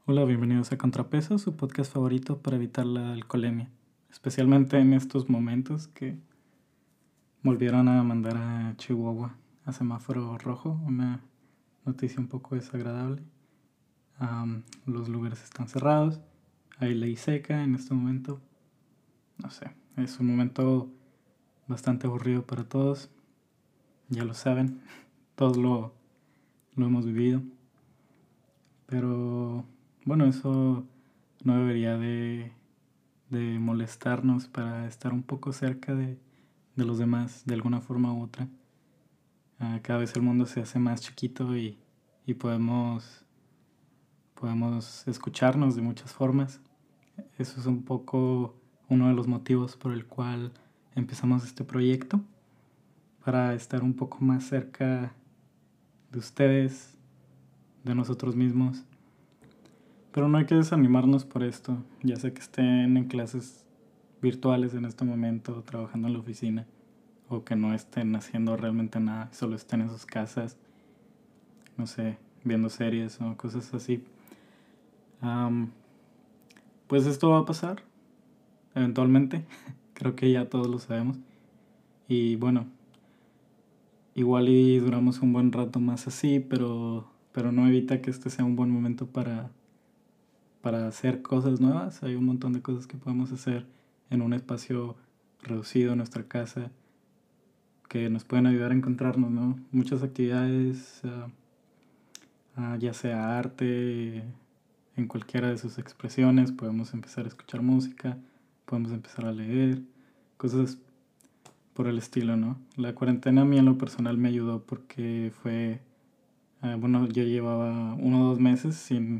Hola, bienvenidos a Contrapeso, su podcast favorito para evitar la alcoholemia, especialmente en estos momentos que volvieron a mandar a Chihuahua a semáforo rojo, una noticia un poco desagradable. Los lugares están cerrados, hay ley seca en este momento. No sé, es un momento bastante aburrido para todos, ya lo saben, todos lo hemos vivido, pero bueno, eso no debería de molestarnos para estar un poco cerca de los demás de alguna forma u otra. Cada vez el mundo se hace más chiquito y podemos escucharnos de muchas formas. Eso es un poco uno de los motivos por el cual empezamos este proyecto, para estar un poco más cerca de ustedes, de nosotros mismos. Pero no hay que desanimarnos por esto, ya sea que estén en clases virtuales en este momento, trabajando en la oficina, o que no estén haciendo realmente nada, solo estén en sus casas, no sé, viendo series o cosas así. Pues esto va a pasar, eventualmente. Creo que ya todos lo sabemos. Y bueno, igual y duramos un buen rato más así, pero no evita que este sea un buen momento para hacer cosas nuevas. Hay un montón de cosas que podemos hacer en un espacio reducido en nuestra casa que nos pueden ayudar a encontrarnos, ¿no? Muchas actividades, ya sea arte, en cualquiera de sus expresiones. Podemos empezar a escuchar música, podemos empezar a leer, cosas por el estilo, ¿no? La cuarentena a mí en lo personal me ayudó porque fue, bueno, yo llevaba 1 o 2 meses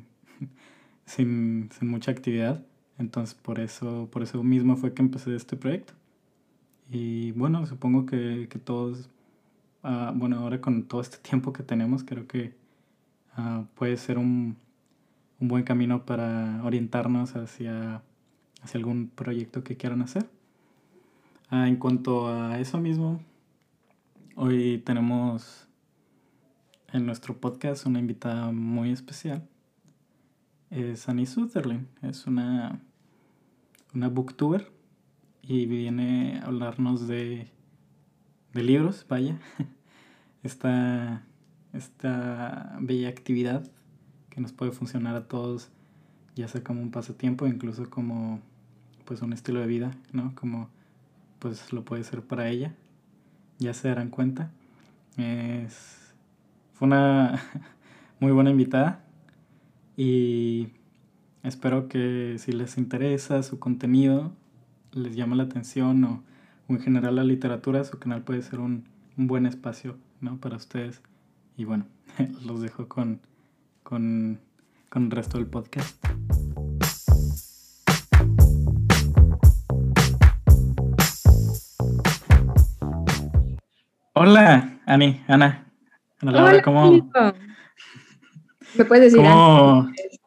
sin mucha actividad, entonces por eso mismo fue que empecé este proyecto. Y bueno, supongo que todos, bueno, ahora con todo este tiempo que tenemos, creo que puede ser un buen camino para orientarnos hacia algún proyecto que quieran hacer. En cuanto a eso mismo, hoy tenemos en nuestro podcast una invitada muy especial. Es Annie Sutherland, es una booktuber y viene a hablarnos de libros, vaya. esta, esta bella actividad que nos puede funcionar a todos, ya sea como un pasatiempo, incluso como pues un estilo de vida, ¿no? Como pues lo puede ser para ella. Ya se darán cuenta. Fue una muy buena invitada y espero que si les interesa su contenido, les llama la atención o en general la literatura, su canal puede ser un buen espacio, ¿no? Para ustedes. Y bueno, los dejo con el resto del podcast. Hola, Ana Hola, Laura, ¿cómo, Filipo. ¿Me puedes decir Ana? cómo,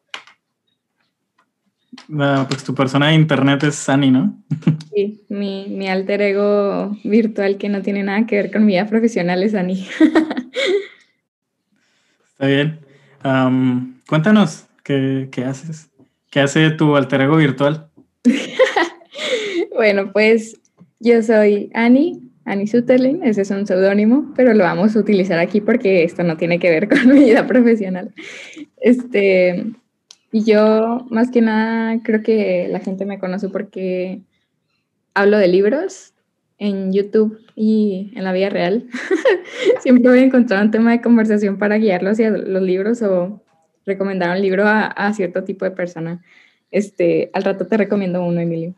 pues tu persona de internet es Ani, ¿no? Sí, mi alter ego virtual que no tiene nada que ver con mi vida profesional es Ani. Está bien. Cuéntanos, ¿qué haces? ¿Qué hace tu alter ego virtual? Bueno, pues yo soy Ani Sutherland, ese es un seudónimo, pero lo vamos a utilizar aquí porque esto no tiene que ver con mi vida profesional. Y yo, más que nada, creo que la gente me conoce porque hablo de libros en YouTube y en la vida real. Siempre voy a encontrar un tema de conversación para guiarlo hacia los libros o recomendar un libro a cierto tipo de persona. Al rato te recomiendo uno, Emilio.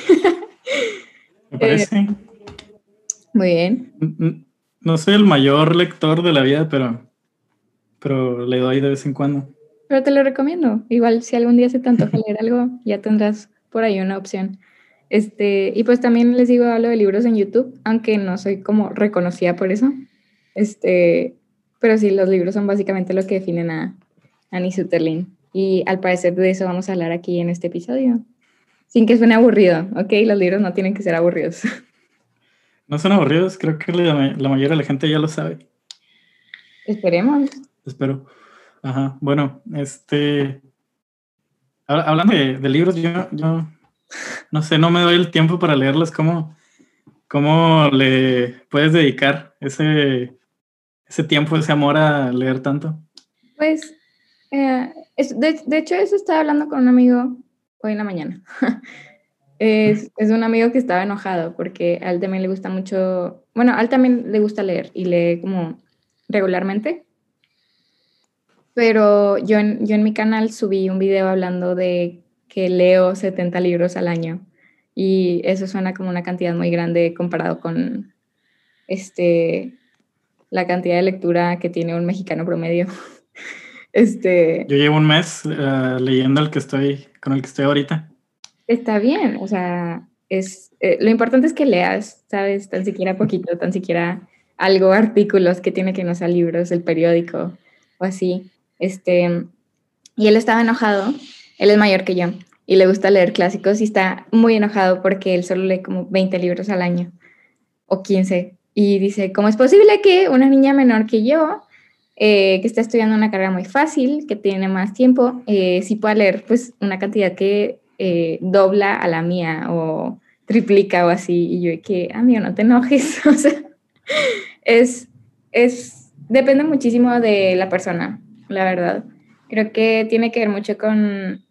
Me Eh, parece. Muy bien. No soy el mayor lector de la vida, pero le doy de vez en cuando. Pero te lo recomiendo. Igual si algún día se te antoja leer algo, ya tendrás por ahí una opción. Y pues también les digo, hablo de libros en YouTube, aunque no soy como reconocida por eso. Pero sí, los libros son básicamente lo que definen a Annie Sutherland. Y al parecer de eso vamos a hablar aquí en este episodio. Sin que suene aburrido, ¿ok? Los libros no tienen que ser aburridos. No son aburridos, creo que la mayoría de la gente ya lo sabe. Esperemos. Espero. Ajá. Bueno, Hablando de libros, yo no sé, no me doy el tiempo para leerlos. ¿Cómo le puedes dedicar ese tiempo, ese amor a leer tanto? Pues, de hecho, eso estaba hablando con un amigo hoy en la mañana. Es un amigo que estaba enojado porque a él también le gusta mucho, bueno, a él también le gusta leer y lee como regularmente, pero yo en mi canal subí un video hablando de que leo 70 libros al año y eso suena como una cantidad muy grande comparado con este, la cantidad de lectura que tiene un mexicano promedio. Yo llevo un mes leyendo con el que estoy ahorita. Está bien, o sea, lo importante es que leas, ¿sabes? Tan siquiera poquito, tan siquiera algo, artículos que tiene que no sean libros, el periódico o así. Y él estaba enojado, él es mayor que yo y le gusta leer clásicos y está muy enojado porque él solo lee como 20 libros al año o 15 y dice, ¿cómo es posible que una niña menor que yo, que está estudiando una carrera muy fácil, que tiene más tiempo, sí pueda leer pues una cantidad que dobla a la mía o triplica o así? Y yo, que, amigo, no te enojes. O sea, es, depende muchísimo de la persona, la verdad. Creo que tiene que ver mucho con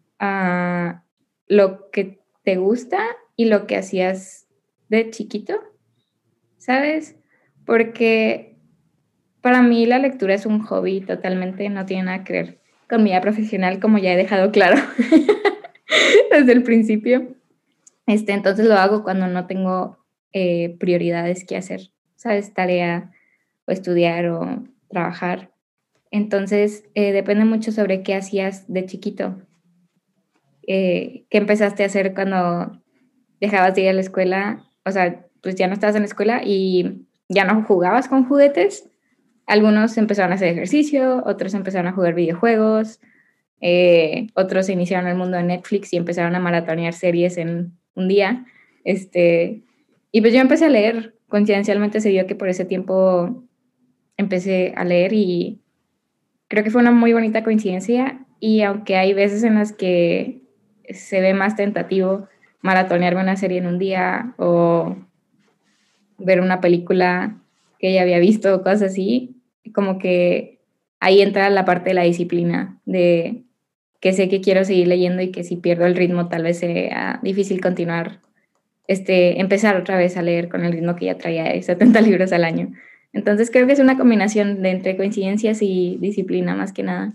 lo que te gusta y lo que hacías de chiquito, ¿sabes? Porque para mí la lectura es un hobby totalmente, no tiene nada que ver con mi vida profesional, como ya he dejado claro desde el principio. Entonces lo hago cuando no tengo prioridades que hacer, ¿sabes? Tarea o estudiar o trabajar. Entonces depende mucho sobre qué hacías de chiquito, qué empezaste a hacer cuando dejabas de ir a la escuela, o sea, pues ya no estabas en la escuela y ya no jugabas con juguetes. Algunos empezaron a hacer ejercicio, otros empezaron a jugar videojuegos, otros se iniciaron en el mundo de Netflix y empezaron a maratonear series en un día. Y pues yo empecé a leer, coincidencialmente se dio que por ese tiempo empecé a leer y creo que fue una muy bonita coincidencia y aunque hay veces en las que se ve más tentativo maratonearme una serie en un día o ver una película que ya había visto o cosas así, como que ahí entra la parte de la disciplina, de que sé que quiero seguir leyendo y que si pierdo el ritmo tal vez sea difícil continuar, empezar otra vez a leer con el ritmo que ya traía de 70 libros al año. Entonces creo que es una combinación de entre coincidencias y disciplina más que nada.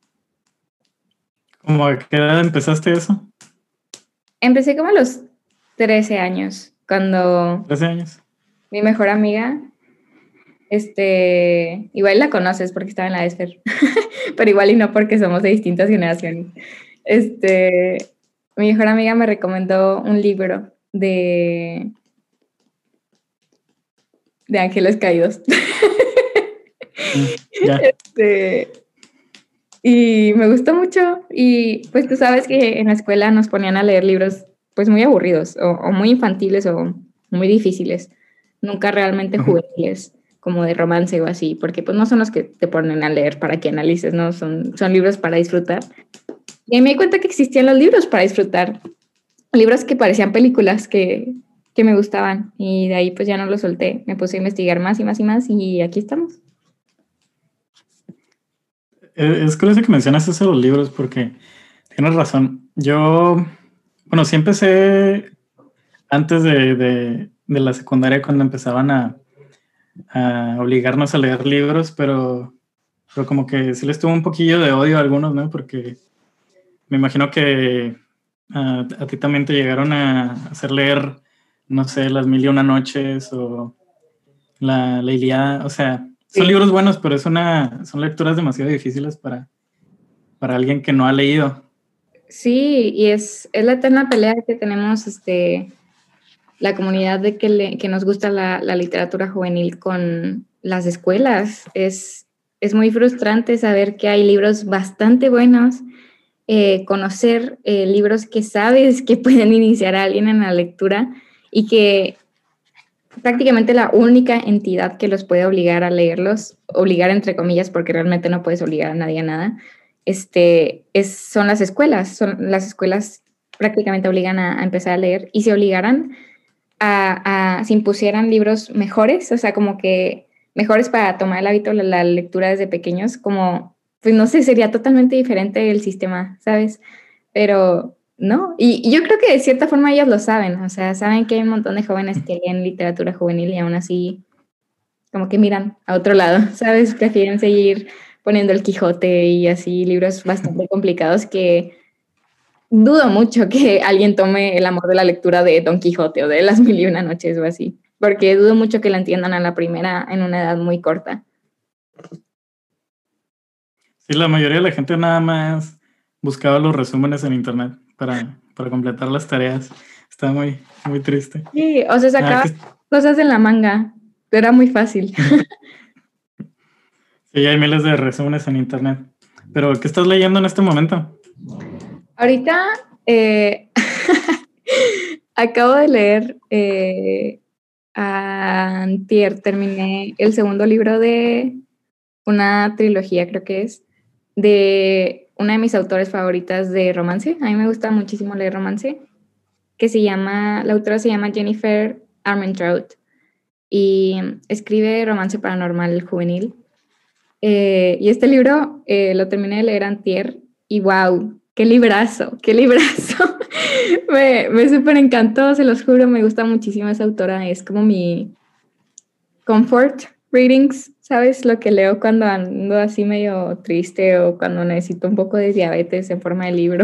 ¿Cómo a qué edad empezaste eso? Empecé como a los 13 años, cuando 13 años. mi mejor amiga, igual la conoces porque estaba en la ESFER, pero igual y no porque somos de distintas generaciones. Mi mejor amiga me recomendó un libro de Ángeles Caídos. Ya. Y me gustó mucho y pues tú sabes que en la escuela nos ponían a leer libros pues muy aburridos o muy infantiles o muy difíciles, nunca realmente juveniles como de romance o así, porque pues no son los que te ponen a leer para que analices, ¿no? Son libros para disfrutar. Y ahí me di cuenta que existían los libros para disfrutar, libros que parecían películas que me gustaban y de ahí pues ya no los solté, me puse a investigar más y más y más y aquí estamos. Es curioso que mencionas eso de los libros porque tienes razón. Bueno, sí empecé antes de la secundaria cuando empezaban a obligarnos a leer libros, pero como que sí les tuvo un poquillo de odio a algunos, ¿no? Porque me imagino que a ti también te llegaron a hacer leer, no sé, Las Mil y Una Noches o la Ilíada. O sea, son Sí. libros buenos, pero son lecturas demasiado difíciles para alguien que no ha leído. Sí, y es la eterna pelea que tenemos la comunidad de que nos gusta la literatura juvenil con las escuelas. Es muy frustrante saber que hay libros bastante buenos, conocer libros que sabes que pueden iniciar a alguien en la lectura y que prácticamente la única entidad que los puede obligar a leerlos, obligar entre comillas, porque realmente no puedes obligar a nadie a nada, son las escuelas. Las escuelas prácticamente obligan a empezar a leer, y si obligaran se impusieran libros mejores, o sea, como que mejores para tomar el hábito de la lectura desde pequeños, como, pues no sé, sería totalmente diferente el sistema, ¿sabes? Pero no, y yo creo que de cierta forma ellos lo saben, o sea, saben que hay un montón de jóvenes que leen literatura juvenil y aún así como que miran a otro lado, ¿sabes? Prefieren seguir poniendo el Quijote y así libros bastante complicados que dudo mucho que alguien tome el amor de la lectura de Don Quijote o de Las Mil y Una Noches o así, porque dudo mucho que la entiendan a la primera en una edad muy corta. Sí, la mayoría de la gente nada más buscaba los resúmenes en internet para completar las tareas. Está muy, muy triste. Sí, o sea, sacaba cosas en la manga, era muy fácil. Sí, hay miles de resúmenes en internet. Pero, ¿qué estás leyendo en este momento? Ahorita acabo de leer antier, terminé el segundo libro de una trilogía, creo que es, de una de mis autores favoritas de romance. A mí me gusta muchísimo leer romance, la autora se llama Jennifer Armentrout y escribe romance paranormal juvenil. Y este libro lo terminé de leer antier y wow, qué librazo, qué librazo. me súper encantó, se los juro, me gusta muchísimo esa autora, es como mi comfort readings, ¿sabes? Lo que leo cuando ando así medio triste o cuando necesito un poco de diabetes en forma de libro.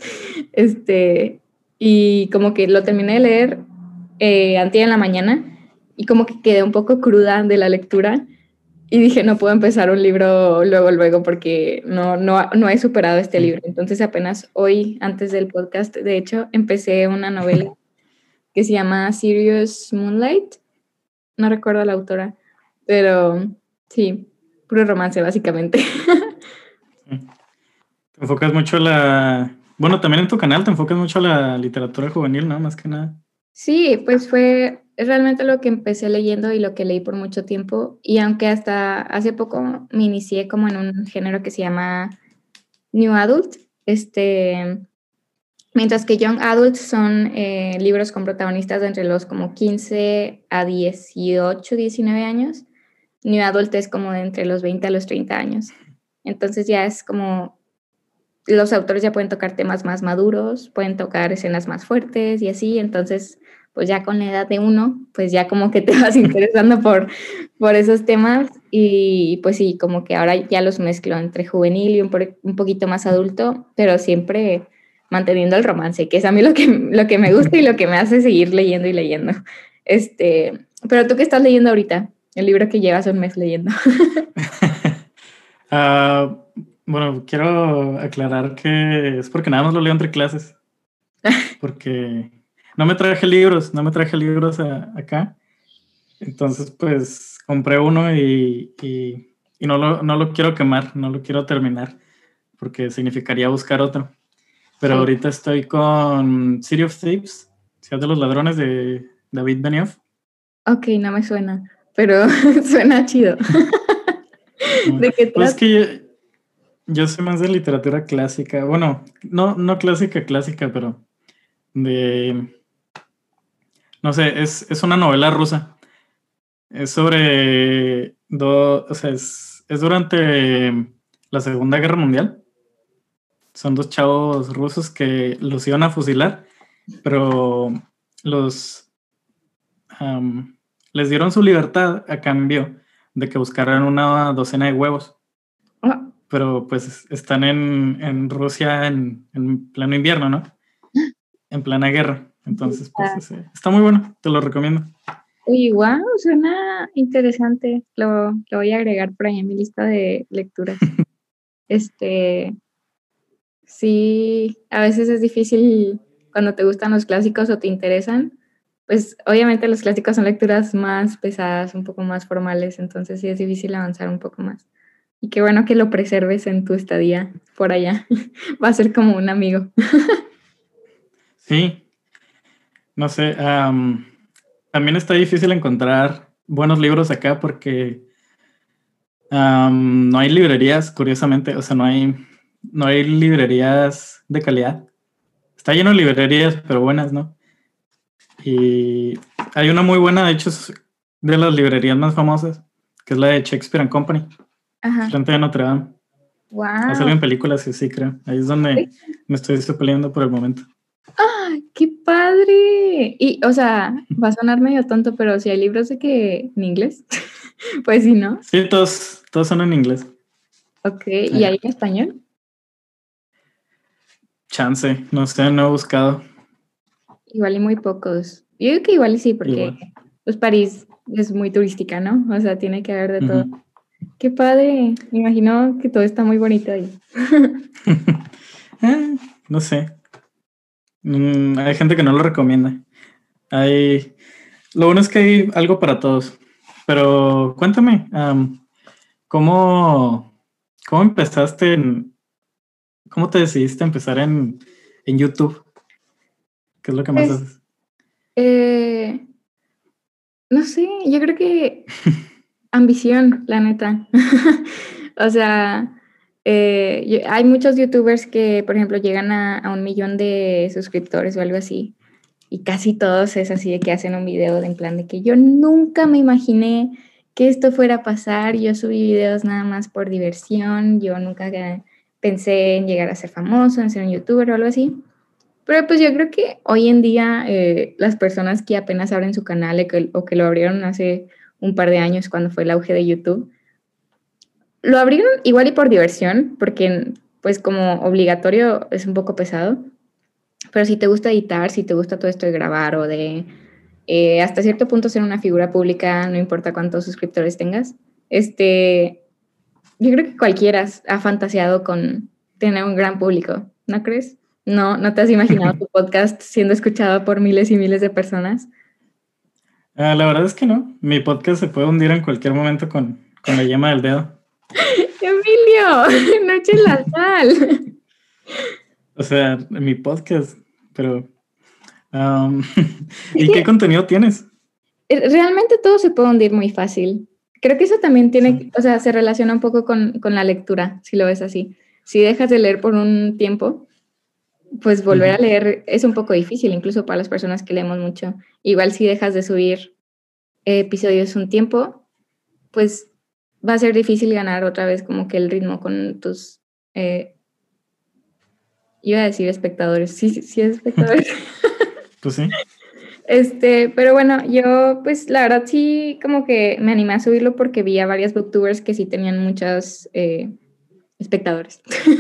Y como que lo terminé de leer antier en la mañana y como que quedé un poco cruda de la lectura. Y dije, no puedo empezar un libro luego, porque no he superado este libro. Entonces apenas hoy, antes del podcast, de hecho, empecé una novela que se llama Serious Moonlight. No recuerdo la autora, pero sí, puro romance, básicamente. Te enfocas mucho Bueno, también en tu canal te enfocas mucho a la literatura juvenil, ¿no? Más que nada. Sí, pues fue realmente lo que empecé leyendo y lo que leí por mucho tiempo. Y aunque hasta hace poco me inicié como en un género que se llama New Adult, mientras que Young Adult son libros con protagonistas de entre los como 15 a 18, 19 años. New Adult es como de entre los 20 a los 30 años. Entonces ya es como los autores ya pueden tocar temas más maduros, pueden tocar escenas más fuertes y así. Entonces, pues ya con la edad de uno, pues ya como que te vas interesando por esos temas y pues sí, como que ahora ya los mezclo entre juvenil y un poquito más adulto, pero siempre manteniendo el romance, que es a mí lo que me gusta y lo que me hace seguir leyendo y leyendo. Pero tú, ¿qué estás leyendo ahorita? El libro que llevas un mes leyendo. Bueno, quiero aclarar que es porque nada más lo leo entre clases. Porque no me traje libros acá. Entonces, pues compré uno y no lo quiero quemar, no lo quiero terminar, porque significaría buscar otro. Pero Sí. ahorita estoy con City of Thieves, Ciudad de los Ladrones, de David Benioff. Ok, no me suena, pero suena chido. ¿De qué Pues trata? que yo soy más de literatura clásica. Bueno, no clásica, pero no sé, es una novela rusa. Es sobre o sea, es durante la Segunda Guerra Mundial. Son dos chavos rusos que los iban a fusilar, pero les dieron su libertad a cambio de que buscaran una docena de huevos. Oh, Pero pues están en Rusia en pleno invierno, ¿no? En plena guerra. Entonces, pues está muy bueno, te lo recomiendo. uy, wow, suena interesante. Lo voy a agregar por ahí en mi lista de lecturas. Sí, a veces es difícil cuando te gustan los clásicos o te interesan. Pues obviamente los clásicos son lecturas más pesadas, un poco más formales, entonces sí es difícil avanzar un poco más. Y qué bueno que lo preserves en tu estadía por allá. Va a ser como un amigo. Sí, no sé. También está difícil encontrar buenos libros acá porque no hay librerías, curiosamente. O sea, no hay no hay librerías de calidad. Está lleno de librerías, pero buenas, ¿no? Y hay una muy buena, de hecho, es de las librerías más famosas, que es la de Shakespeare and Company, Ajá. frente de Notre Dame. Ha salido Wow. en películas y sí, creo. Ahí es donde me estoy peleando por el momento. ¡Ah, qué padre! Y, o sea, va a sonar medio tonto, pero si hay libros de que en inglés, pues sí, ¿no? Sí, todos son en inglés. Ok, ¿y hay en español? Chance, no sé, no he buscado. Igual y muy pocos. Yo digo que igual y sí, porque Igual. pues París es muy turística, ¿no? O sea, tiene que haber de todo. Uh-huh. Qué padre. Me imagino que todo está muy bonito ahí. No sé. Hay gente que no lo recomienda. Lo bueno es que hay algo para todos. Pero cuéntame, ¿cómo empezaste cómo te decidiste a empezar en YouTube? ¿Qué es lo que más Pues, haces? no sé, yo creo que ambición, la neta. O sea, hay muchos youtubers que, por ejemplo, llegan a 1 millón de suscriptores o algo así. Y casi todos es así de que hacen un video en plan de que yo nunca me imaginé que esto fuera a pasar. Yo subí videos nada más por diversión. Yo nunca pensé en llegar a ser famoso, en ser un youtuber o algo así. Pero pues yo creo que hoy en día las personas que apenas abren su canal o que lo abrieron hace un par de años cuando fue el auge de YouTube, lo abrieron igual y por diversión, porque pues como obligatorio es un poco pesado, pero si te gusta editar, si te gusta todo esto de grabar o de hasta cierto punto ser una figura pública, no importa cuántos suscriptores tengas, yo creo que cualquiera ha fantaseado con tener un gran público, ¿no crees? No, ¿no te has imaginado tu podcast siendo escuchado por miles y miles de personas? La verdad es que no. Mi podcast se puede hundir en cualquier momento con la yema del dedo. Emilio, no eches la sal. O sea, mi podcast, pero... Es ¿y qué que contenido tienes? realmente todo se puede hundir muy fácil. Creo que eso también tiene, Sí. o sea, se relaciona un poco con la lectura, si lo ves así. Si dejas de leer por un tiempo, pues volver a leer es un poco difícil, incluso para las personas que leemos mucho. Igual si dejas de subir episodios un tiempo, pues va a ser difícil ganar otra vez como que el ritmo con tus, iba a decir espectadores, sí, sí, sí, espectadores. Pues sí. Pero bueno, yo pues la verdad sí como que me animé a subirlo porque vi a varias booktubers que sí tenían muchos espectadores.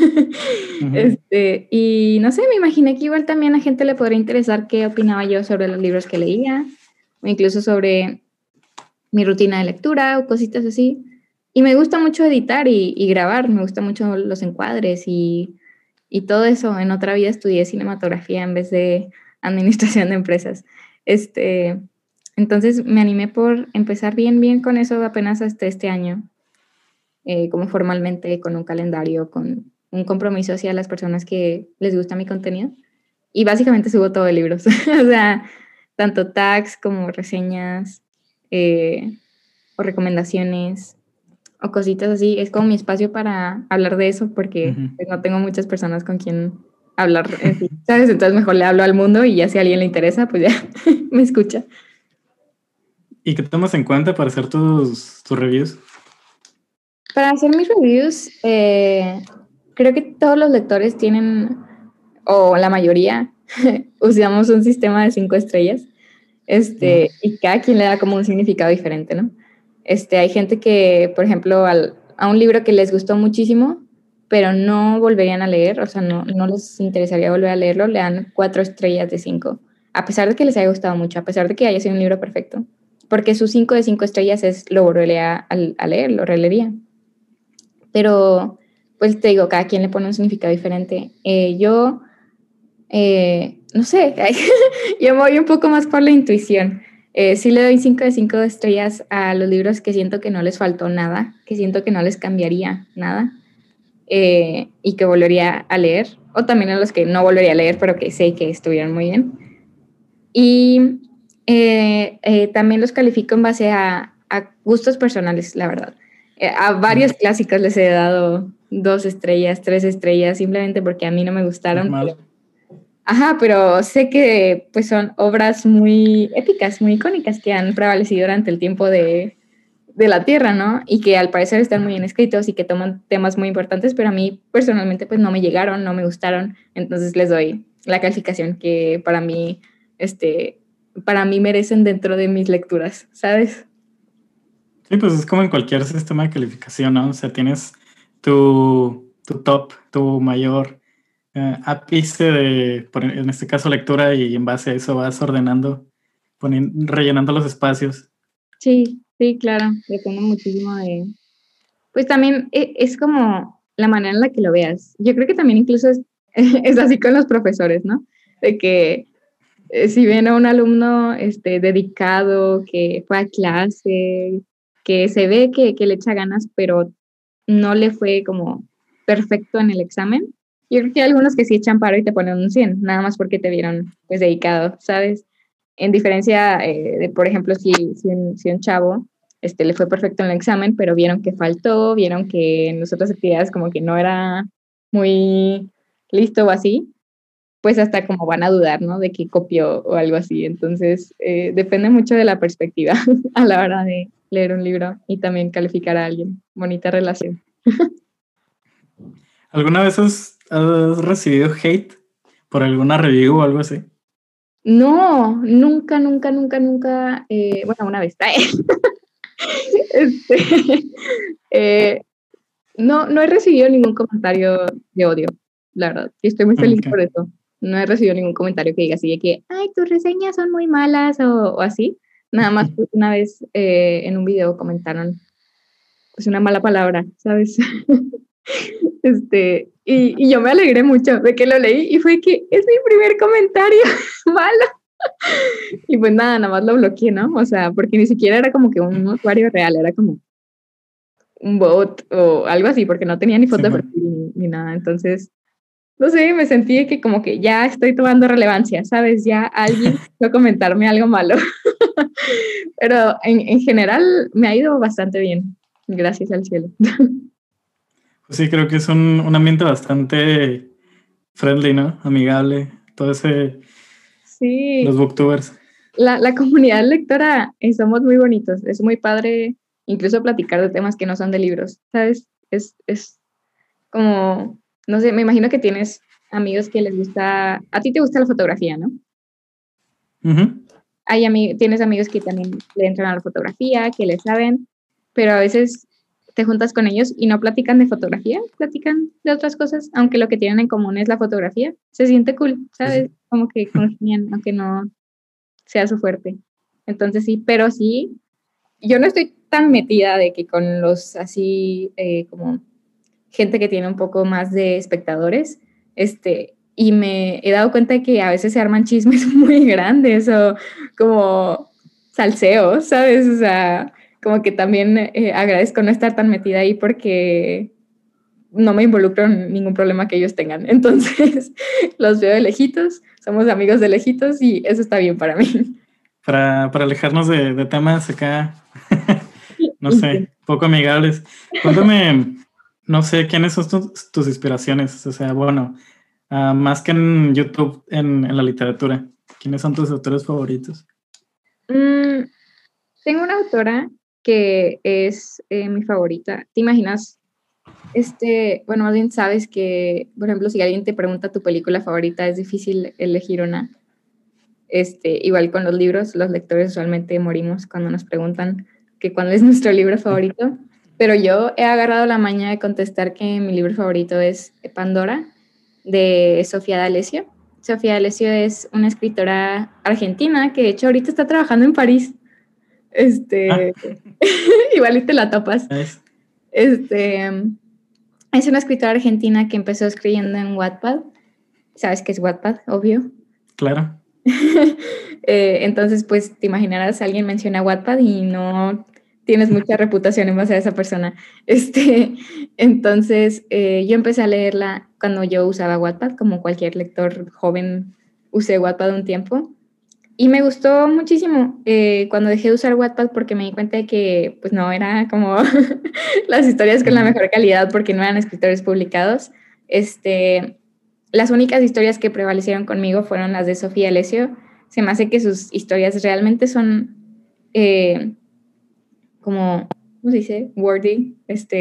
Y no sé, me imaginé que igual también a gente le podría interesar qué opinaba yo sobre los libros que leía, o incluso sobre mi rutina de lectura o cositas así. Y me gusta mucho editar y grabar, me gustan mucho los encuadres y todo eso. En otra vida estudié cinematografía en vez de administración de empresas. Entonces me animé por empezar bien con eso apenas hasta este año, como formalmente, con un calendario, con un compromiso hacia las personas que les gusta mi contenido. Y básicamente subo todo de libros, o sea, tanto tags como reseñas o recomendaciones o cositas así. Es como mi espacio para hablar de eso porque pues, no tengo muchas personas con quien hablar, ¿sabes? Entonces mejor le hablo al mundo y ya si a alguien le interesa, pues ya me escucha. ¿Y qué tomas en cuenta para hacer tus reviews? Para hacer mis reviews, creo que todos los lectores tienen, o la mayoría, usamos un sistema de 5 estrellas, y cada quien le da como un significado diferente, ¿no? Hay gente que, por ejemplo, a un libro que les gustó muchísimo, pero no volverían a leer, o sea, no les interesaría volver a leerlo, le dan 4 estrellas de 5, a pesar de que les haya gustado mucho, a pesar de que haya sido un libro perfecto, porque sus 5 de 5 estrellas es lo volvería a leer, lo releería. Pero, pues te digo, cada quien le pone un significado diferente. Yo, no sé, yo me voy un poco más por la intuición. Sí le doy 5 de 5 estrellas a los libros que siento que no les faltó nada, que siento que no les cambiaría nada y que volvería a leer, o también a los que no volvería a leer, pero que sé que estuvieron muy bien. Y también los califico en base a gustos personales, la verdad. A varios clásicos les he dado 2 estrellas, 3 estrellas, simplemente porque a mí no me gustaron. Pero sé que pues son obras muy épicas, muy icónicas, que han prevalecido durante el tiempo de la Tierra, ¿no? Y que al parecer están muy bien escritos y que toman temas muy importantes, pero a mí personalmente pues no me llegaron, no me gustaron, entonces les doy la calificación que para mí merecen dentro de mis lecturas, ¿sabes? Sí, pues es como en cualquier sistema de calificación, ¿no? O sea, tienes tu top, tu mayor ápice de, en este caso, lectura, y en base a eso vas ordenando, rellenando los espacios. Sí, sí, claro, depende muchísimo de... Pues también es como la manera en la que lo veas. Yo creo que también incluso es así con los profesores, ¿no? De que si ven a un alumno dedicado, que fue a clase, que se ve que le echa ganas, pero no le fue como perfecto en el examen, yo creo que hay algunos que sí echan paro y te ponen un 100, nada más porque te vieron pues dedicado, ¿sabes? En diferencia de, por ejemplo, si un chavo le fue perfecto en el examen, pero vieron que faltó, vieron que en las otras actividades como que no era muy listo o así, pues hasta como van a dudar, ¿no? De que copió o algo así. Entonces, depende mucho de la perspectiva a la hora de leer un libro y también calificar a alguien. Bonita relación. ¿Alguna vez has recibido hate por alguna review o algo así? No, nunca, nunca, nunca, nunca. Bueno, una vez. No he recibido ningún comentario de odio, la verdad. Y estoy muy feliz por eso. No he recibido ningún comentario que diga así de que, ay, tus reseñas son muy malas o así. Nada más pues, una vez en un video comentaron pues una mala palabra, ¿sabes? Y yo me alegré mucho de que lo leí y fue que es mi primer comentario malo. Y pues nada más lo bloqueé, ¿no? O sea, porque ni siquiera era como que un usuario real, era como un bot o algo así, porque no tenía ni foto de perfil ni nada. Entonces, no sé, me sentí que como que ya estoy tomando relevancia, ¿sabes? Ya alguien va a comentarme algo malo. Pero en general me ha ido bastante bien, gracias al cielo. Pues sí, creo que es un ambiente bastante friendly, ¿no? Amigable, todo ese... Sí. Los booktubers. La comunidad lectora somos muy bonitos, es muy padre incluso platicar de temas que no son de libros, ¿sabes? Es como, no sé, me imagino que tienes amigos que les gusta, a ti te gusta la fotografía, ¿no? Tienes amigos que también le entran a la fotografía, que le saben, pero a veces te juntas con ellos y no platican de fotografía, platican de otras cosas, aunque lo que tienen en común es la fotografía. Se siente cool, ¿sabes? Como que congenian, aunque no sea su fuerte. Entonces sí, pero sí, yo no estoy tan metida de que con los así como gente que tiene un poco más de espectadores, y me he dado cuenta de que a veces se arman chismes muy grandes o como salseos, ¿sabes? O sea, como que también agradezco no estar tan metida ahí porque no me involucro en ningún problema que ellos tengan. Entonces, los veo de lejitos, somos amigos de lejitos y eso está bien para mí. Para alejarnos de temas acá, no sé, poco amigables. Cuéntame, no sé, ¿quiénes son tus inspiraciones? O sea, bueno, más que en YouTube, en la literatura, ¿quiénes son tus autores favoritos? Tengo una autora que es mi favorita. ¿Te imaginas? Bueno, más bien sabes que, por ejemplo, si alguien te pregunta tu película favorita, es difícil elegir una. Igual con los libros, los lectores usualmente morimos cuando nos preguntan que cuál es nuestro libro favorito. Pero yo he agarrado la maña de contestar que mi libro favorito es Pandora, de Sofía D'Alessio. Sofía D'Alessio es una escritora argentina que de hecho ahorita está trabajando en París. Igual y te la topas. Es una escritora argentina que empezó escribiendo en Wattpad. ¿Sabes qué es Wattpad? Obvio. Claro. Entonces, pues te imaginarás, alguien menciona Wattpad y no tienes mucha reputación en base a esa persona. Entonces, yo empecé a leerla cuando yo usaba Wattpad, como cualquier lector joven usé Wattpad un tiempo. Y me gustó muchísimo cuando dejé de usar Wattpad porque me di cuenta de que pues no era como las historias con la mejor calidad porque no eran escritores publicados. Las únicas historias que prevalecieron conmigo fueron las de Sofía Alessio. Se me hace que sus historias realmente son como, ¿cómo se dice? Worthy,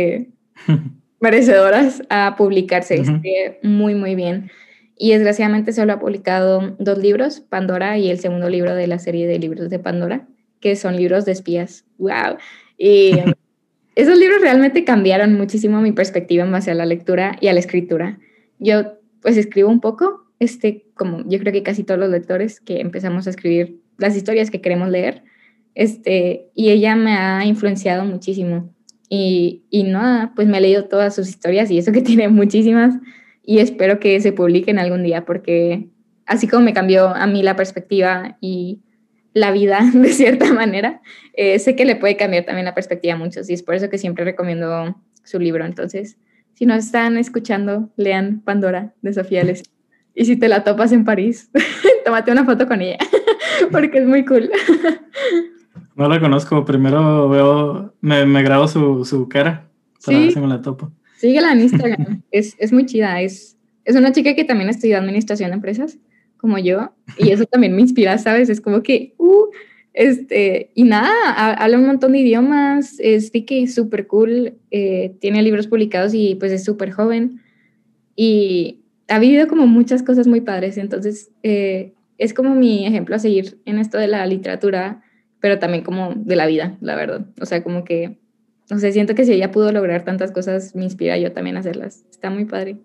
merecedoras a publicarse. Escribe muy, muy bien. Y desgraciadamente solo ha publicado 2 libros, Pandora y el segundo libro de la serie de libros de Pandora, que son libros de espías. ¡Wow! Y esos libros realmente cambiaron muchísimo mi perspectiva en base a la lectura y a la escritura. Yo pues escribo un poco, como yo creo que casi todos los lectores que empezamos a escribir las historias que queremos leer, y ella me ha influenciado muchísimo. Y nada, pues me he leído todas sus historias y eso que tiene muchísimas y espero que se publiquen algún día porque así como me cambió a mí la perspectiva y la vida de cierta manera, sé que le puede cambiar también la perspectiva a muchos y es por eso que siempre recomiendo su libro. Entonces, si nos están escuchando, lean Pandora de Sofía Alessio. Y si te la topas en París, tómate una foto con ella porque es muy cool. No la conozco, primero me grabo su cara para ver si me la topo. Síguela en Instagram, es muy chida, es una chica que también estudió administración de empresas, como yo, y eso también me inspira, ¿sabes? Es como que, y nada, habla un montón de idiomas, es que súper cool, tiene libros publicados y pues es súper joven, y ha vivido como muchas cosas muy padres, entonces es como mi ejemplo a seguir en esto de la literatura, pero también como de la vida, la verdad, o sea, como que no sé, siento que si ella pudo lograr tantas cosas, me inspira yo también a hacerlas. Está muy padre.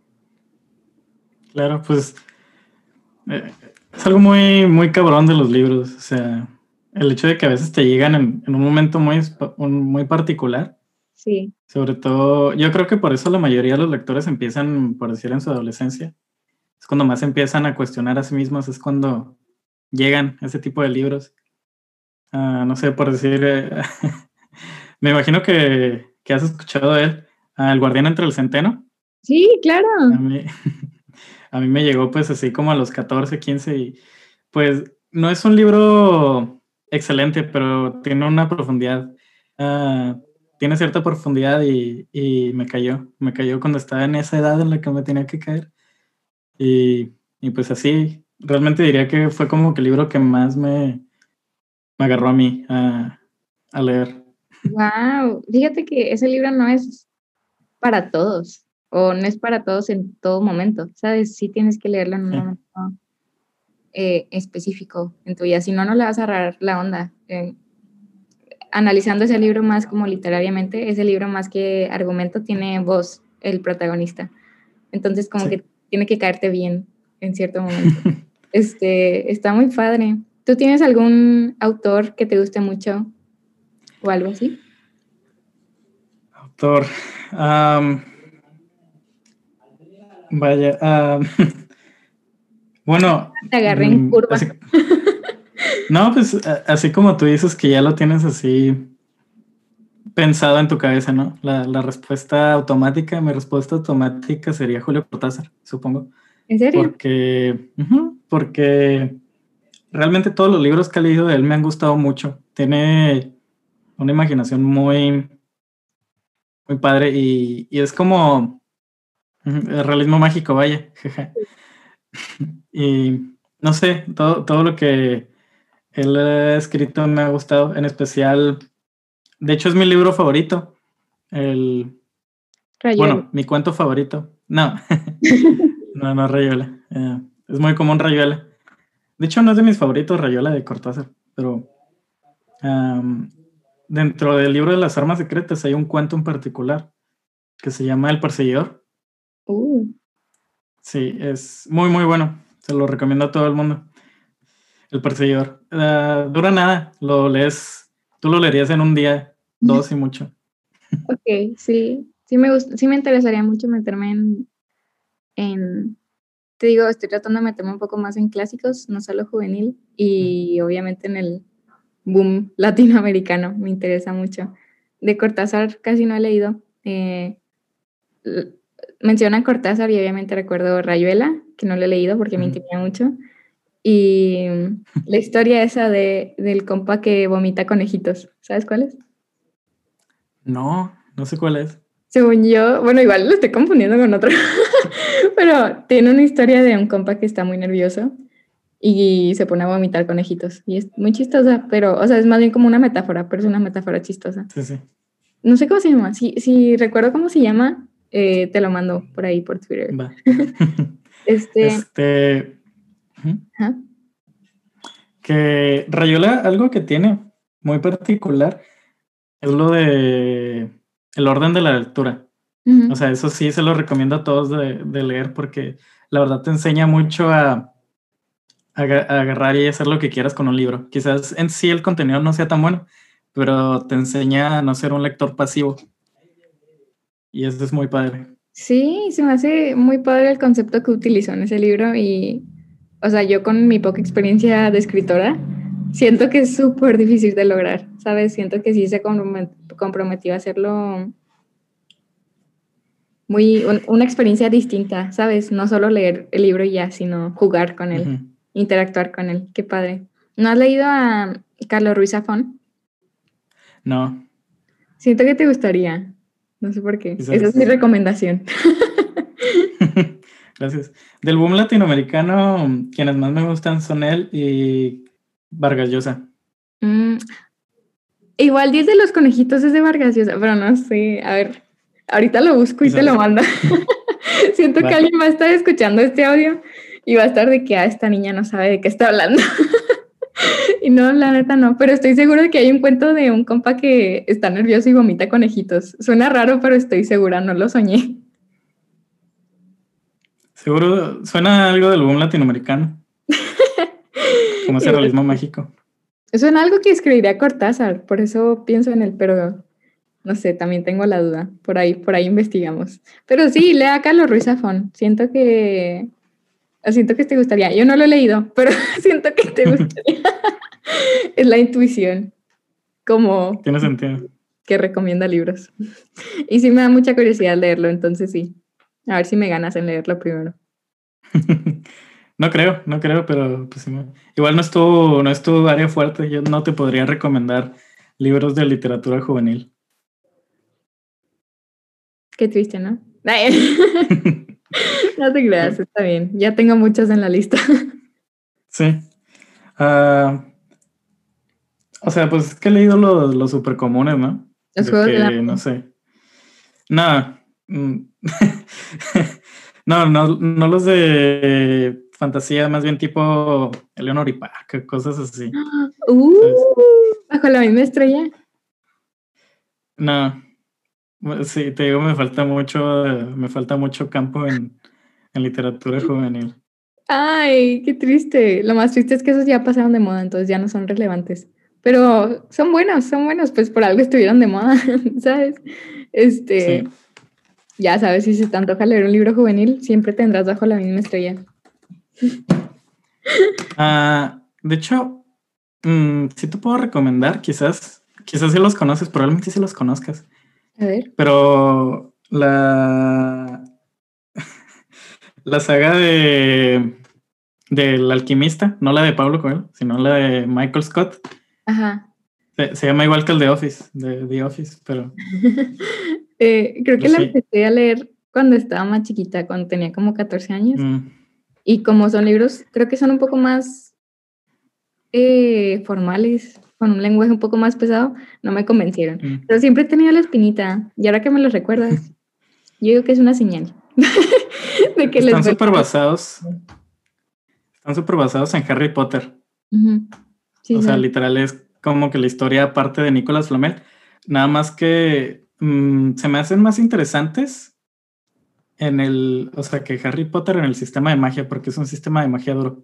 Claro, pues es algo muy, muy cabrón de los libros. O sea, el hecho de que a veces te llegan en un momento muy particular. Sí. Sobre todo, yo creo que por eso la mayoría de los lectores empiezan, por decir, en su adolescencia. Es cuando más empiezan a cuestionar a sí mismos, es cuando llegan ese tipo de libros. No sé, por decir, me imagino que has escuchado de él, El Guardián entre el Centeno. Sí, claro. A mí, a mí me llegó pues así como a los 14, 15 y pues no es un libro excelente, pero tiene una profundidad, tiene cierta profundidad y me cayó cuando estaba en esa edad en la que me tenía que caer y pues así, realmente diría que fue como que el libro que más me agarró a mí a leer. Wow. Fíjate que ese libro no es para todos, o no es para todos en todo momento, ¿sabes? Sí tienes que leerlo en un Sí. momento específico en tu vida, si no, no le vas a agarrar la onda. Analizando ese libro más como literariamente, ese libro más que argumento tiene voz, el protagonista. Entonces, como Sí. que tiene que caerte bien en cierto momento. Está muy padre. ¿Tú tienes algún autor que te guste mucho o algo así? Autor. Vaya. Bueno, Te agarré en curva. no, pues así como tú dices que ya lo tienes así pensado en tu cabeza, ¿no? La respuesta automática, mi respuesta automática sería Julio Cortázar, supongo. ¿En serio? Porque realmente todos los libros que he leído de él me han gustado mucho. Tiene una imaginación muy, muy padre y es como el realismo mágico, vaya. Y no sé, todo lo que él ha escrito me ha gustado, en especial, de hecho es mi libro favorito, Rayuela. bueno, mi cuento favorito. No, no, Rayuela. Es muy común Rayuela. De hecho, no es de mis favoritos Rayuela de Cortázar, pero dentro del libro de las armas secretas hay un cuento en particular que se llama El Perseguidor. Sí, es muy, muy bueno. Se lo recomiendo a todo el mundo. El Perseguidor. Dura nada, lo lees, tú lo leerías en un día, 2 y mucho. Ok, sí. Sí me gusta, sí me interesaría mucho meterme te digo, estoy tratando de meterme un poco más en clásicos, no solo juvenil, y obviamente en el boom latinoamericano, me interesa mucho. De Cortázar casi no he leído. Mencionan Cortázar y obviamente recuerdo Rayuela, que no lo he leído porque me intimida mucho. Y la historia esa del compa que vomita conejitos, ¿sabes cuál es? No, no sé cuál es. Según yo, bueno, igual lo estoy confundiendo con otro, pero tiene una historia de un compa que está muy nervioso y se pone a vomitar conejitos. Y es muy chistosa, pero, o sea, es más bien como una metáfora, pero es una metáfora chistosa. Sí, sí. No sé cómo se llama. Si recuerdo cómo se llama, te lo mando por ahí, por Twitter. Va. Este, Ujú. ajá. Que Rayuela, algo que tiene muy particular es lo de el orden de la lectura. Ujú. O sea, eso sí se lo recomiendo a todos de leer porque la verdad te enseña mucho a agarrar y hacer lo que quieras con un libro. Quizás en sí el contenido no sea tan bueno, pero te enseña a no ser un lector pasivo. Y eso es muy padre. Sí, se me hace muy padre el concepto que utilizó en ese libro y, o sea, yo con mi poca experiencia de escritora, siento que es súper difícil de lograr, ¿sabes? Siento que sí se comprometió a hacerlo una experiencia distinta, ¿sabes? No solo leer el libro y ya, sino jugar con él, Ujú. interactuar con él. Qué padre. ¿No has leído a Carlos Ruiz Zafón? No, Siento que te gustaría. No sé por qué. Esa es mi quizás. recomendación. Gracias. Del boom latinoamericano, quienes más me gustan son él y Vargas Llosa. Mm, igual 10 de los conejitos es de Vargas Llosa, pero no sé. A ver, ahorita lo busco y te lo Quizás. mando. Siento que Va. alguien va a estar escuchando este audio y va a estar de que esta niña no sabe de qué está hablando. Y no, la neta no, pero estoy seguro de que hay un cuento de un compa que está nervioso y vomita conejitos. Suena raro, pero estoy segura, no lo soñé. Seguro suena algo del boom latinoamericano, como ese Igual, realismo mágico. suena algo que escribiría Cortázar, por eso pienso en él, pero no sé, también tengo la duda. Por ahí investigamos. Pero sí, lea a Carlos Ruiz Zafón. Siento que te gustaría. Yo no lo he leído, pero siento que te gustaría. Es la intuición, como Tiene sentido. que recomienda libros. Y sí me da mucha curiosidad leerlo, entonces sí. A ver si me ganas en leerlo primero. No creo, pero pues sí igual no es tu área fuerte. Yo no te podría recomendar libros de literatura juvenil. Qué triste, ¿no? Ay, no te creas, está bien. Ya tengo muchos en la lista. Sí. Ah, o sea, pues es que he leído los super comunes, ¿no? Los De juegos del que, no hambre. sé. No. No los de fantasía, más bien tipo Eleanor y Parker, cosas así, Uh, ¿sabes? bajo la misma estrella. No, sí, te digo, me falta mucho campo en literatura juvenil. Ay, qué triste. Lo más triste es que esos ya pasaron de moda, entonces ya no son relevantes. Pero son buenos, pues por algo estuvieron de moda, ¿sabes? Sí. Ya sabes, si se te antoja leer un libro juvenil, siempre tendrás bajo la misma estrella. De hecho, sí te puedo recomendar, quizás sí los conoces, probablemente sí los conozcas, A ver. pero la saga del alquimista, no la de Pablo Coelho, sino la de Michael Scott, Ajá. se llama igual que el de Office, de The Office, Creo pero que la sí. empecé a leer cuando estaba más chiquita, cuando tenía como 14 años. Mm, Y como son libros, creo que son un poco más formales, con un lenguaje un poco más pesado, no me convencieron. mm. Pero siempre he tenido la espinita, y ahora que me lo recuerdas, yo digo que es una señal de que les Están vuelvo súper a... basados, están súper basados en Harry Potter. Ujú. Sí, O sea, ¿sabes? literal es como que la historia aparte de Nicolas Flamel. Nada más que se me hacen más interesantes o sea, que Harry Potter en el sistema de magia, porque es un sistema de magia duro.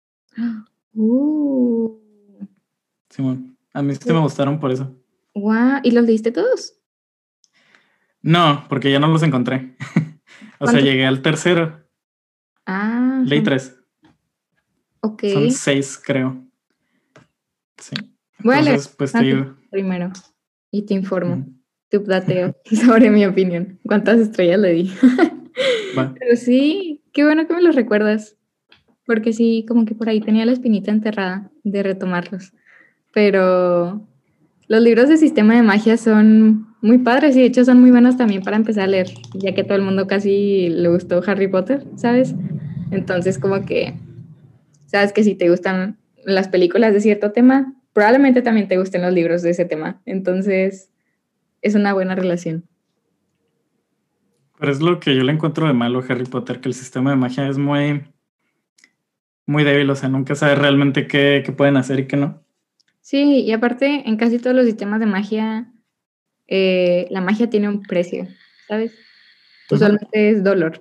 Uh, Simón, a mí sí me gustaron por eso. Guau, ¿y los leíste todos? No, porque ya no los encontré. O sea, ¿Cuántos? llegué al tercero, Ah, leí 3. ok. Son 6, creo. Sí. Voy a leer Entonces, pues te uno digo. primero y te informo, Ujú, te updateo sobre mi opinión. ¿Cuántas estrellas le di? va. Pero sí, qué bueno que me los recuerdas. porque sí, como que por ahí tenía la espinita enterrada de retomarlos. Pero los libros de sistema de magia son muy padres y de hecho son muy buenos también para empezar a leer, ya que todo el mundo casi le gustó Harry Potter, ¿sabes? Entonces como que, sabes que si te gustan las películas de cierto tema, probablemente también te gusten los libros de ese tema. Entonces es una buena relación. Pero es lo que yo le encuentro de malo a Harry Potter, que el sistema de magia es muy, muy débil, o sea, nunca sabes realmente qué pueden hacer y qué no. Sí, y aparte en casi todos los sistemas de magia, la magia tiene un precio, ¿sabes? Usualmente es dolor.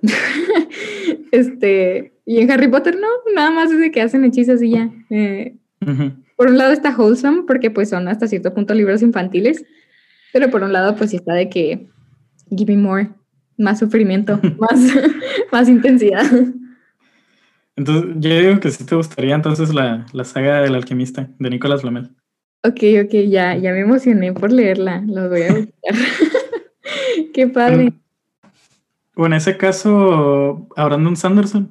Y en Harry Potter no, nada más es de que hacen hechizos y ya. Por un lado está wholesome, porque pues son hasta cierto punto libros infantiles, pero por un lado pues sí está de que give me more, más sufrimiento, más intensidad. Entonces, yo digo que sí te gustaría entonces la saga del alquimista de Nicolas Flamel. Ok, ya me emocioné por leerla, lo voy a buscar. Qué padre. O en ese caso, a Brandon Sanderson.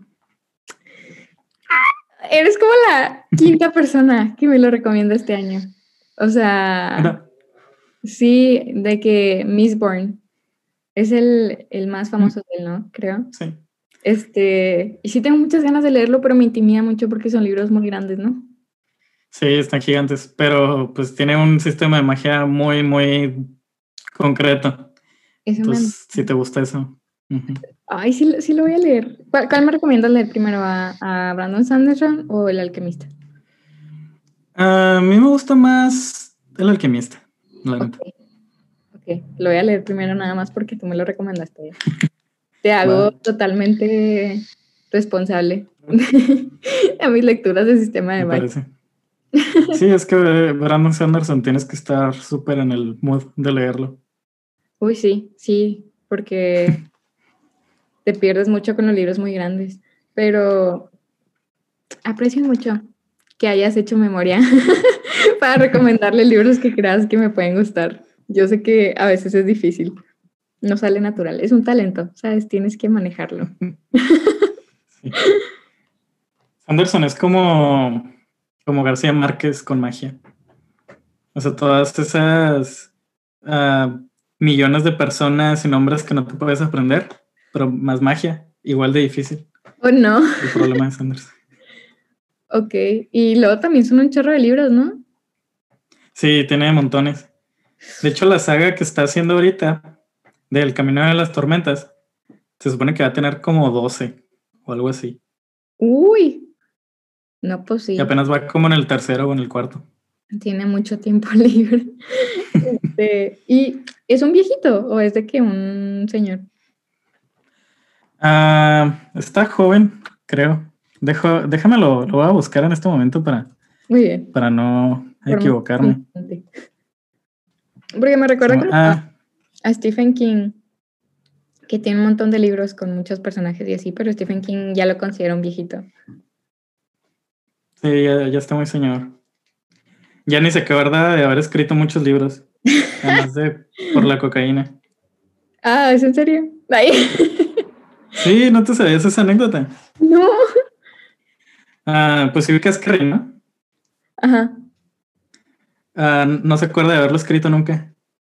Eres como la quinta persona que me lo recomienda este año. O sea, sí, de que Mistborn es el más famoso de él, ¿no? Creo. Sí. Y sí tengo muchas ganas de leerlo, pero me intimida mucho porque son libros muy grandes, ¿no? Sí, están gigantes, pero pues tiene un sistema de magia muy, muy concreto. Eso Entonces, si te gusta eso. Ay, sí lo voy a leer. ¿Cuál me recomiendas leer primero? ¿A Brandon Sanderson o El Alquimista? A mí me gusta más El Alquimista, la neta. Ok, lo voy a leer primero nada más porque tú me lo recomendaste. Te hago totalmente responsable a mis lecturas de sistema de magia. Parece. Sí, es que Brandon Sanderson tienes que estar súper en el mood de leerlo. Uy, sí, porque te pierdes mucho con los libros muy grandes, pero aprecio mucho que hayas hecho memoria para recomendarle libros que creas que me pueden gustar. Yo sé que a veces es difícil, no sale natural, es un talento, ¿sabes? Tienes que manejarlo. Sí. Sanderson es como García Márquez con magia. O sea, todas esas millones de personas y nombres que no te puedes aprender, pero más magia, igual de difícil. Oh, no. El problema de Sanderson. Ok, y luego también son un chorro de libros, ¿no? Sí, tiene montones. De hecho, la saga que está haciendo ahorita del Camino de las Tormentas se supone que va a tener como 12 o algo así. Uy, no, pues sí. Y apenas va como en el tercero o en el cuarto. Tiene mucho tiempo libre. ¿Y es un viejito o es de que un señor? Está joven, creo. Déjame lo voy a buscar en este momento Muy bien. para no equivocarme. Porque me recuerda como a Stephen King, que tiene un montón de libros con muchos personajes y así, pero Stephen King ya lo considera un viejito. Sí, ya está muy señor. Ya ni se acuerda de haber escrito muchos libros, además de por la cocaína. Ah, ¿es en serio? Ay. Sí, ¿no te sabías esa anécdota? No. Pues si ubicas Carrie, ¿no? Ajá. No se acuerda de haberlo escrito nunca.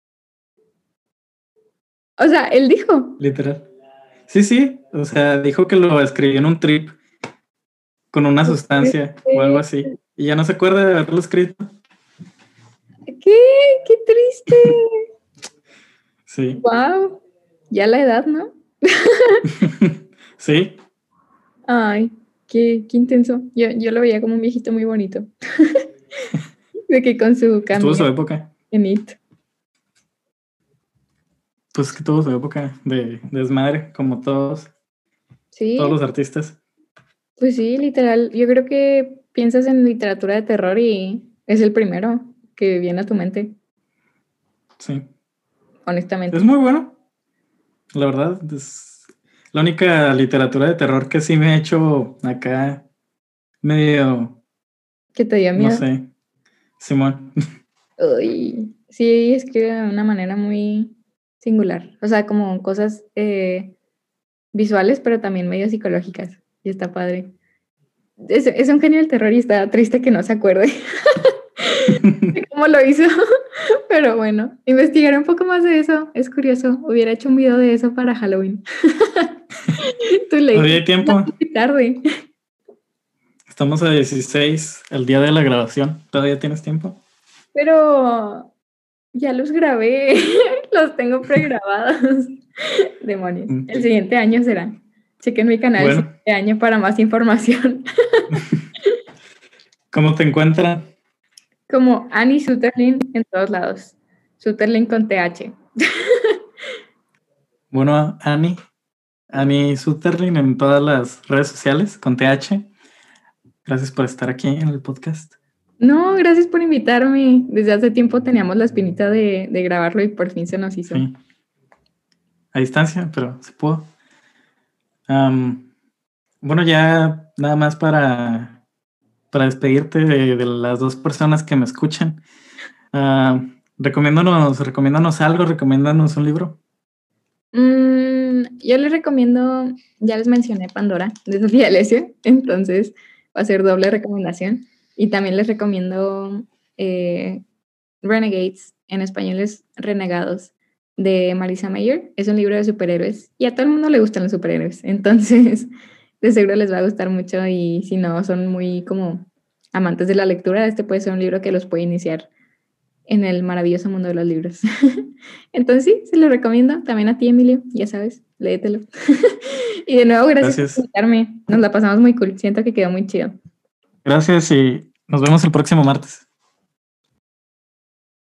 O sea, él dijo. Literal. Sí, o sea, dijo que lo escribió en un trip con una sustancia o algo así. Y ya no se acuerda de haberlo escrito. ¿Qué? ¡Qué triste! Sí. Wow. Ya la edad, ¿no? Sí. Ay, qué intenso. Yo lo veía como un viejito muy bonito. De que con su Tuvo su cambio época. en It. Pues que tuvo su época de desmadre, como todos Sí, los artistas. pues sí, literal. Yo creo que piensas en literatura de terror y es el primero que viene a tu mente, Sí. honestamente. Es muy bueno. La verdad, es la única literatura de terror que sí me ha hecho acá medio, ¿Que te dio no miedo? sé, Simón. Uy, sí, escribe de una manera muy singular. O sea, como cosas visuales, pero también medio psicológicas. Y está padre. Es un genio el terrorista, triste que no se acuerde de cómo lo hizo. Pero bueno, investigaré un poco más de eso. Es curioso. Hubiera hecho un video de eso para Halloween. ¿Todavía hay tiempo? Muy tarde. Estamos a 16, el día de la grabación. ¿Todavía tienes tiempo? Pero ya los grabé. Los tengo pregrabados. Demonios. El siguiente año será. Chequen mi canal el siguiente año para más información. ¿Cómo te encuentran? Como Annie Sutherland en todos lados. Sutherland con TH. Bueno, Annie Sutherland en todas las redes sociales con TH. Gracias por estar aquí en el podcast. No, gracias por invitarme. Desde hace tiempo teníamos la espinita de grabarlo y por fin se nos hizo. Sí. A distancia, pero se pudo. Bueno, ya nada más para despedirte de las dos personas que me escuchan. Recomiéndanos algo, recomiéndanos un libro. Yo les recomiendo, ya les mencioné Pandora de Sofía Alessio, entonces va a ser doble recomendación. Y también les recomiendo Renegades, en español es Renegados, de Marisa Mayer. Es un libro de superhéroes y a todo el mundo le gustan los superhéroes, entonces de seguro les va a gustar mucho y si no son muy como amantes de la lectura, este puede ser un libro que los puede iniciar en el maravilloso mundo de los libros. Entonces sí, se lo recomiendo. También a ti, Emilio, ya sabes, léetelo. Y de nuevo, gracias por invitarme. Nos la pasamos muy cool. Siento que quedó muy chido. Gracias y nos vemos el próximo martes.